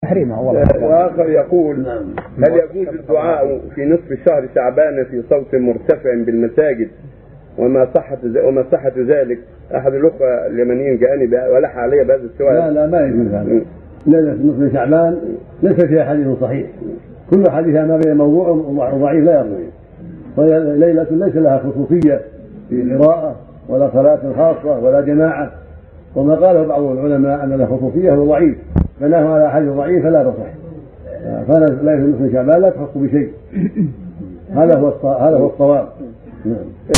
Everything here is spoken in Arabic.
تحريمها والله. وآخر يقول: هل يجوز الدعاء في نصف شهر شعبان في صوت مرتفع بالمساجد؟ وما صحة ذلك؟ أحد الأخوة اليمنيين جاءني ولح علي بهذا السؤال. لا ما يجوز هذا. ليلة نصف شعبان ليس فيها حديث صحيح، كل حديثها ما بين موضوع وضعيف لا يصح. وهي ليلة ليس لها خصوصية في قراءة ولا صلاة خاصة ولا جماعة، وما قاله بعض العلماء أن لها خصوصية هو ضعيف، بناه على حديث ضعيف فلا تصح. فليلة نصف شعبان لا تخص بشيء. هذا هو الصواب.